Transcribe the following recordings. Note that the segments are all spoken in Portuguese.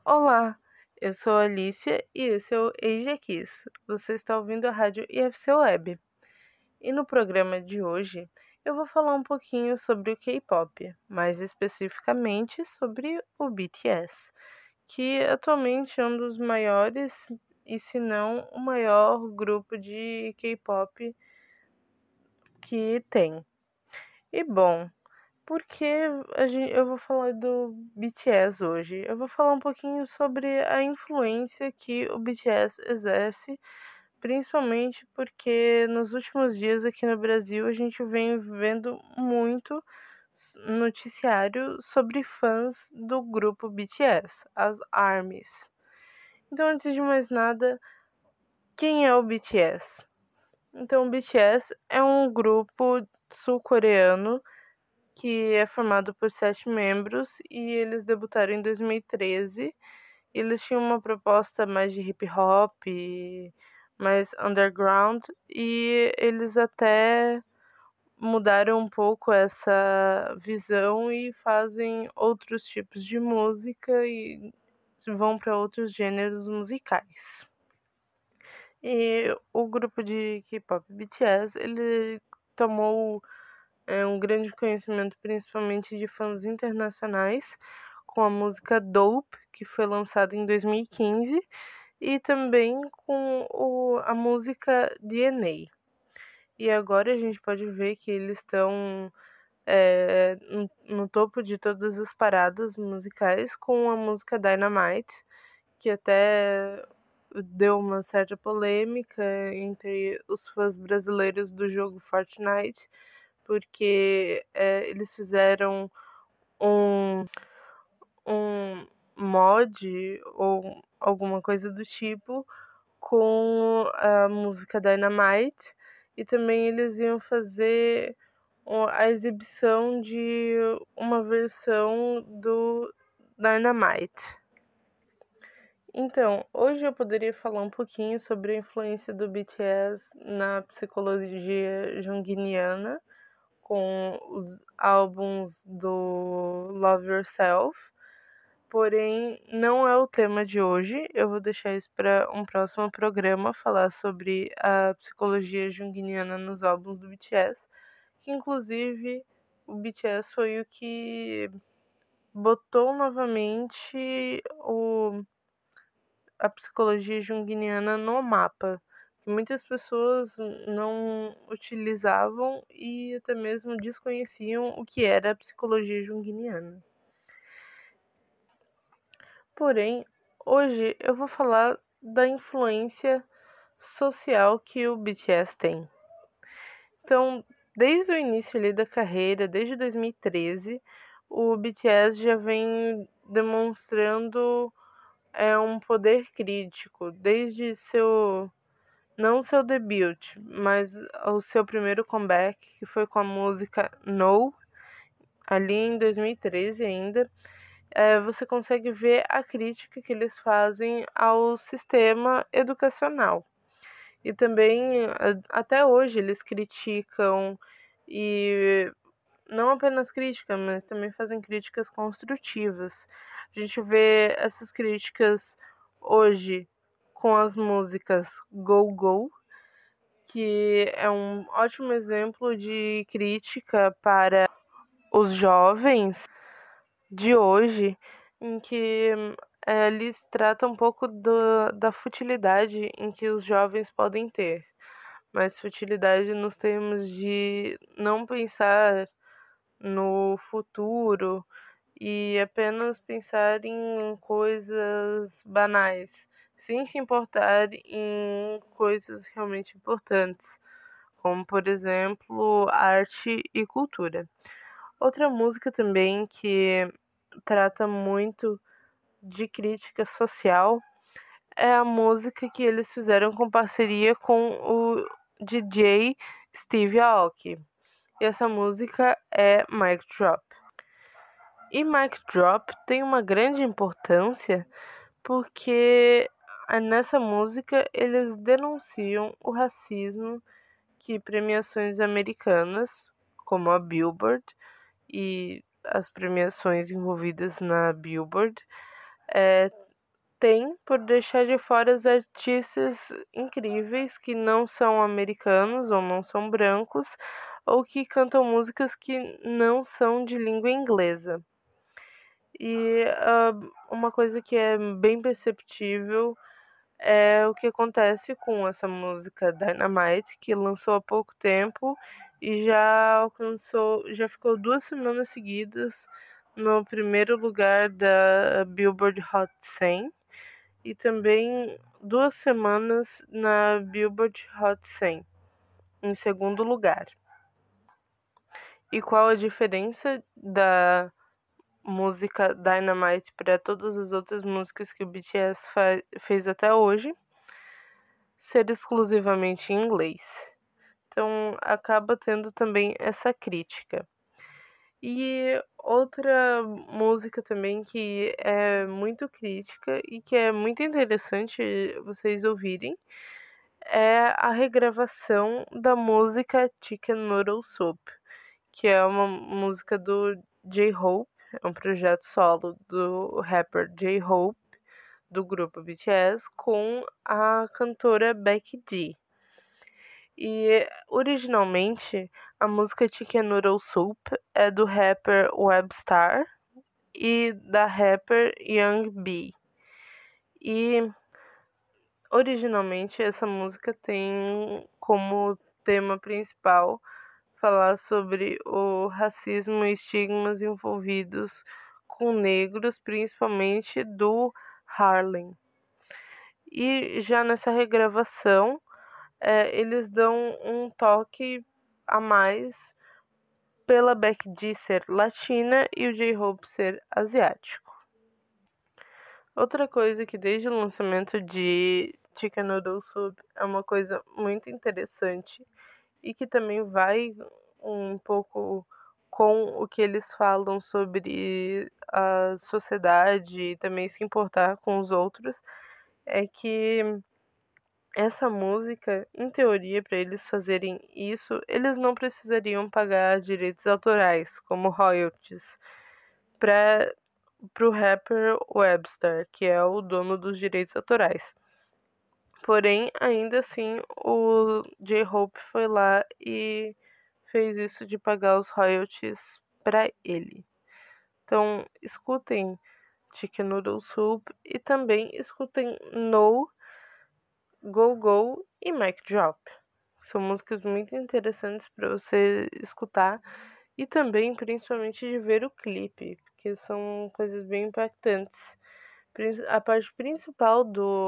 Olá, eu sou a Alicia e esse é o Asia Kiss. Você está ouvindo a rádio IFC Web. E no programa de hoje eu vou falar um pouquinho sobre o K-pop, mais especificamente sobre o BTS, que atualmente é um dos maiores, e se não o maior grupo de K-pop que tem. E bom, porque eu vou falar do BTS hoje. Eu vou falar um pouquinho sobre a influência que o BTS exerce, principalmente porque nos últimos dias aqui no Brasil a gente vem vendo muito noticiário sobre fãs do grupo BTS, as ARMYs. Então, antes de mais nada, quem é o BTS? Então, o BTS é um grupo sul-coreano que é formado por 7 membros e eles debutaram em 2013. Eles tinham uma proposta mais de hip hop, mais underground, e eles até mudaram um pouco essa visão e fazem outros tipos de música e vão para outros gêneros musicais. E o grupo de K-pop BTS, ele tomou um grande conhecimento, principalmente de fãs internacionais, com a música Dope, que foi lançada em 2015, e também com a música DNA. E agora a gente pode ver que eles estão no topo de todas as paradas musicais com a música Dynamite, que até deu uma certa polêmica entre os fãs brasileiros do jogo Fortnite, porque eles fizeram um, um mod ou alguma coisa do tipo com a música Dynamite, e também eles iam fazer a exibição de uma versão do Dynamite. Então, hoje eu poderia falar um pouquinho sobre a influência do BTS na psicologia junguiana, com os álbuns do Love Yourself, porém não é o tema de hoje. Eu vou deixar isso para um próximo programa, falar sobre a psicologia junguiana nos álbuns do BTS, que inclusive o BTS foi o que botou novamente a psicologia junguiana no mapa, que muitas pessoas não utilizavam e até mesmo desconheciam o que era a psicologia junguiana. Porém, hoje eu vou falar da influência social que o BTS tem. Então, desde o início ali da carreira, desde 2013, o BTS já vem demonstrando um poder crítico, desde não seu debut, mas o seu primeiro comeback, que foi com a música No, ali em 2013 ainda. Você consegue ver a crítica que eles fazem ao sistema educacional. E também, até hoje, eles criticam, e não apenas crítica, mas também fazem críticas construtivas. A gente vê essas críticas hoje com as músicas Go Go, que é um ótimo exemplo de crítica para os jovens de hoje, em que eles tratam um pouco da futilidade em que os jovens podem ter, mas futilidade nos termos de não pensar no futuro e apenas pensar em coisas banais, sem se importar em coisas realmente importantes, como, por exemplo, arte e cultura. Outra música também que trata muito de crítica social é a música que eles fizeram com parceria com o DJ Steve Aoki. E essa música é Mic Drop. E Mic Drop tem uma grande importância porque nessa música eles denunciam o racismo que premiações americanas, como a Billboard e as premiações envolvidas na Billboard, tem por deixar de fora os artistas incríveis que não são americanos ou não são brancos ou que cantam músicas que não são de língua inglesa. E uma coisa que é bem perceptível é o que acontece com essa música Dynamite, que lançou há pouco tempo e já ficou 2 semanas seguidas no primeiro lugar da Billboard Hot 100 e também 2 semanas na Billboard Hot 100 em segundo lugar. E qual a diferença da música Dynamite para todas as outras músicas que o BTS fez até hoje? Ser exclusivamente em inglês. Então acaba tendo também essa crítica. E outra música também que é muito crítica e que é muito interessante vocês ouvirem é a regravação da música Chicken Noodle Soup, que é uma música do J-Hope, é um projeto solo do rapper J-Hope, do grupo BTS, com a cantora Becky G. E originalmente a música Chicken Noodle Soup é do rapper Webstar e da rapper Young B. E originalmente essa música tem como tema principal falar sobre o racismo e estigmas envolvidos com negros, principalmente do Harlem. E já nessa regravação, eles dão um toque a mais pela Becky G ser latina e o J-Hope ser asiático. Outra coisa que desde o lançamento de Chicken Noodle Soup é uma coisa muito interessante e que também vai um pouco com o que eles falam sobre a sociedade e também se importar com os outros, é que essa música, em teoria, para eles fazerem isso, eles não precisariam pagar direitos autorais, como royalties, para o rapper Webster, que é o dono dos direitos autorais. Porém, ainda assim, o J-Hope foi lá e fez isso de pagar os royalties para ele. Então, escutem Chicken Noodle Soup e também escutem No, Go Go e Mic Drop. São músicas muito interessantes para você escutar e também, principalmente, de ver o clipe, porque são coisas bem impactantes. A parte principal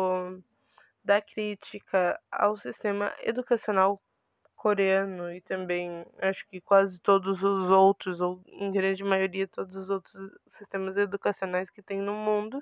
da crítica ao sistema educacional coreano e também acho que quase todos os outros, ou em grande maioria todos os outros sistemas educacionais que tem no mundo,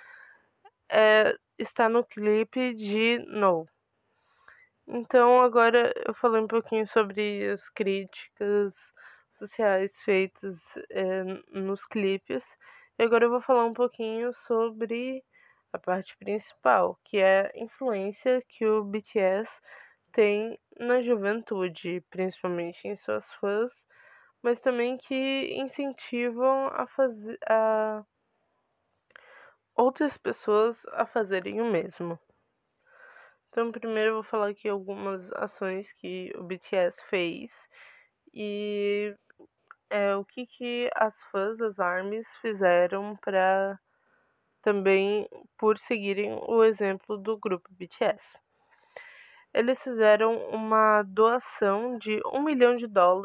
está no clipe de No. Então agora eu falei um pouquinho sobre as críticas sociais feitas nos clipes, e agora eu vou falar um pouquinho sobre a parte principal, que é a influência que o BTS tem na juventude, principalmente em suas fãs, mas também que incentivam a outras pessoas a fazerem o mesmo. Então, primeiro eu vou falar aqui algumas ações que o BTS fez e o que as fãs das ARMYs fizeram para também por seguirem o exemplo do grupo BTS. Eles fizeram uma doação de $1 milhão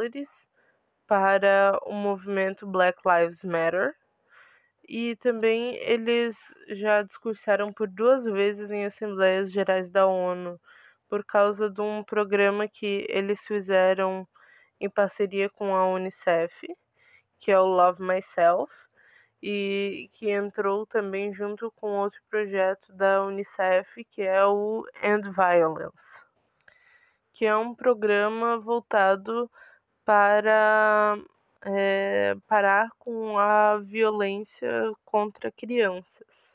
para o movimento Black Lives Matter. E também eles já discursaram por 2 vezes em Assembleias Gerais da ONU, por causa de um programa que eles fizeram em parceria com a Unicef, que é o Love Myself, e que entrou também junto com outro projeto da Unicef, que é o End Violence, que é um programa voltado para parar com a violência contra crianças.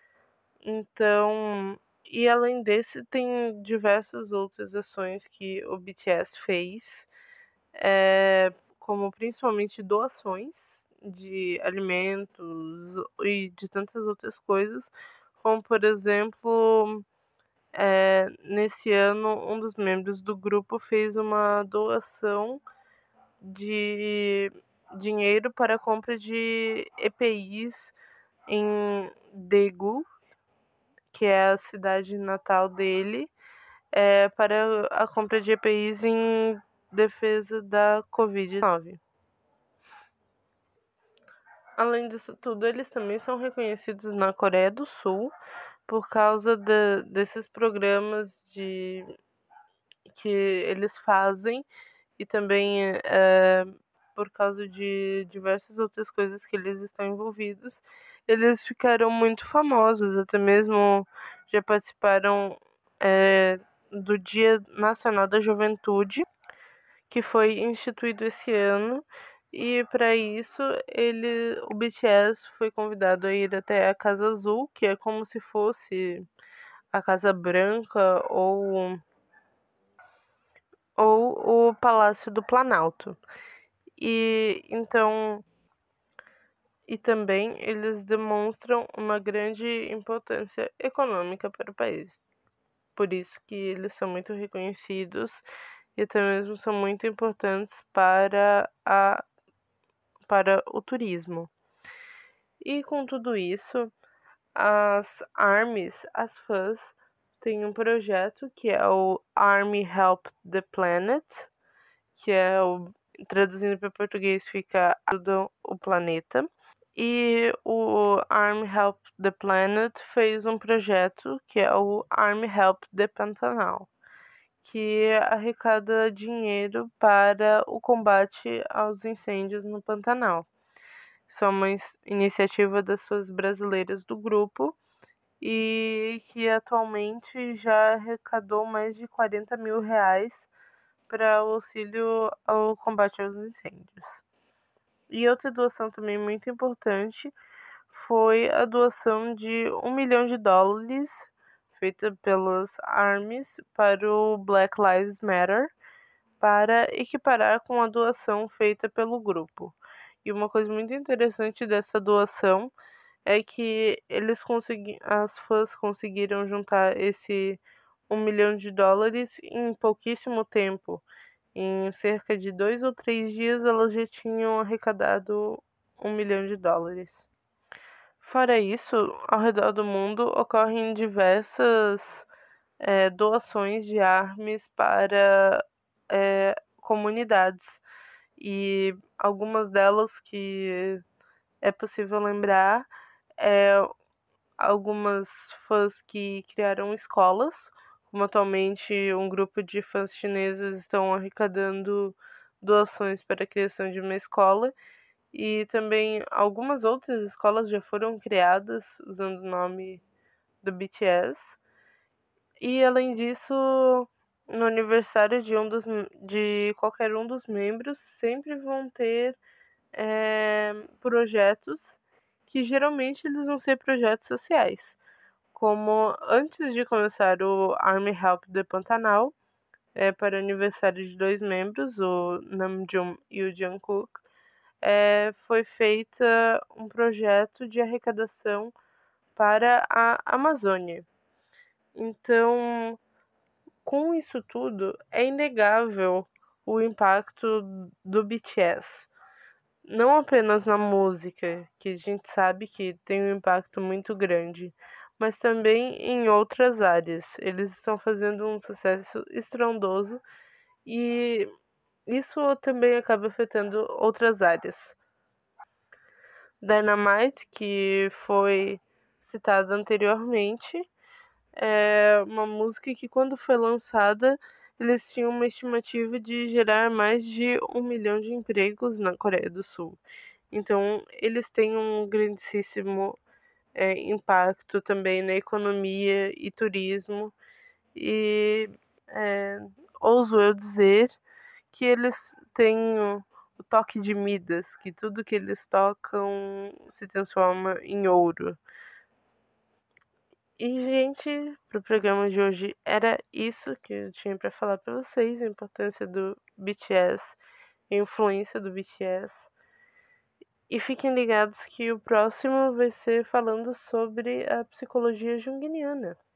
Então, e além desse, tem diversas outras ações que o BTS fez, como principalmente doações de alimentos e de tantas outras coisas, como por exemplo, nesse ano um dos membros do grupo fez uma doação de dinheiro para a compra de EPIs em Daegu, que é a cidade natal dele, para a compra de EPIs em defesa da Covid-19. Além disso tudo, eles também são reconhecidos na Coreia do Sul por causa desses programas que eles fazem e também por causa de diversas outras coisas que eles estão envolvidos. Eles ficaram muito famosos, até mesmo já participaram do Dia Nacional da Juventude, que foi instituído esse ano. E para isso, o BTS foi convidado a ir até a Casa Azul, que é como se fosse a Casa Branca ou o Palácio do Planalto. E então, e também eles demonstram uma grande importância econômica para o país. Por isso que eles são muito reconhecidos e até mesmo são muito importantes para o turismo. E com tudo isso, as ARMYs, as fãs, têm um projeto que é o Army Help the Planet, que traduzindo para português fica Ajuda o Planeta. E o Army Help the Planet fez um projeto que é o Army Help the Pantanal, que arrecada dinheiro para o combate aos incêndios no Pantanal. Isso é uma iniciativa das suas brasileiras do grupo e que atualmente já arrecadou mais de 40 mil reais para o auxílio ao combate aos incêndios. E outra doação também muito importante foi a doação de $1 milhão feita pelas ARMYs para o Black Lives Matter, para equiparar com a doação feita pelo grupo. E uma coisa muito interessante dessa doação é que as fãs conseguiram juntar esse $1 milhão em pouquíssimo tempo. Em cerca de 2 ou 3 dias, elas já tinham arrecadado $1 milhão. Fora isso, ao redor do mundo ocorrem diversas doações de armas para comunidades. E algumas delas que é possível lembrar algumas fãs que criaram escolas, como atualmente um grupo de fãs chinesas estão arrecadando doações para a criação de uma escola, e também algumas outras escolas já foram criadas usando o nome do BTS. E além disso, no aniversário de qualquer um dos membros, sempre vão ter projetos que geralmente eles vão ser projetos sociais. Como antes de começar o Army Help the Pantanal, para o aniversário de 2 membros, o Namjoon e o Jungkook, foi feita um projeto de arrecadação para a Amazônia. Então, com isso tudo, é inegável o impacto do BTS. Não apenas na música, que a gente sabe que tem um impacto muito grande, mas também em outras áreas. Eles estão fazendo um sucesso estrondoso e isso também acaba afetando outras áreas. Dynamite, que foi citada anteriormente, é uma música que, quando foi lançada, eles tinham uma estimativa de gerar mais de 1 milhão de empregos na Coreia do Sul. Então, eles têm um grandíssimo impacto também na economia e turismo. E ouso eu dizer que eles têm o toque de Midas, que tudo que eles tocam se transforma em ouro. E, gente, pro programa de hoje era isso que eu tinha para falar para vocês, a importância do BTS, a influência do BTS. E fiquem ligados que o próximo vai ser falando sobre a psicologia junguiana.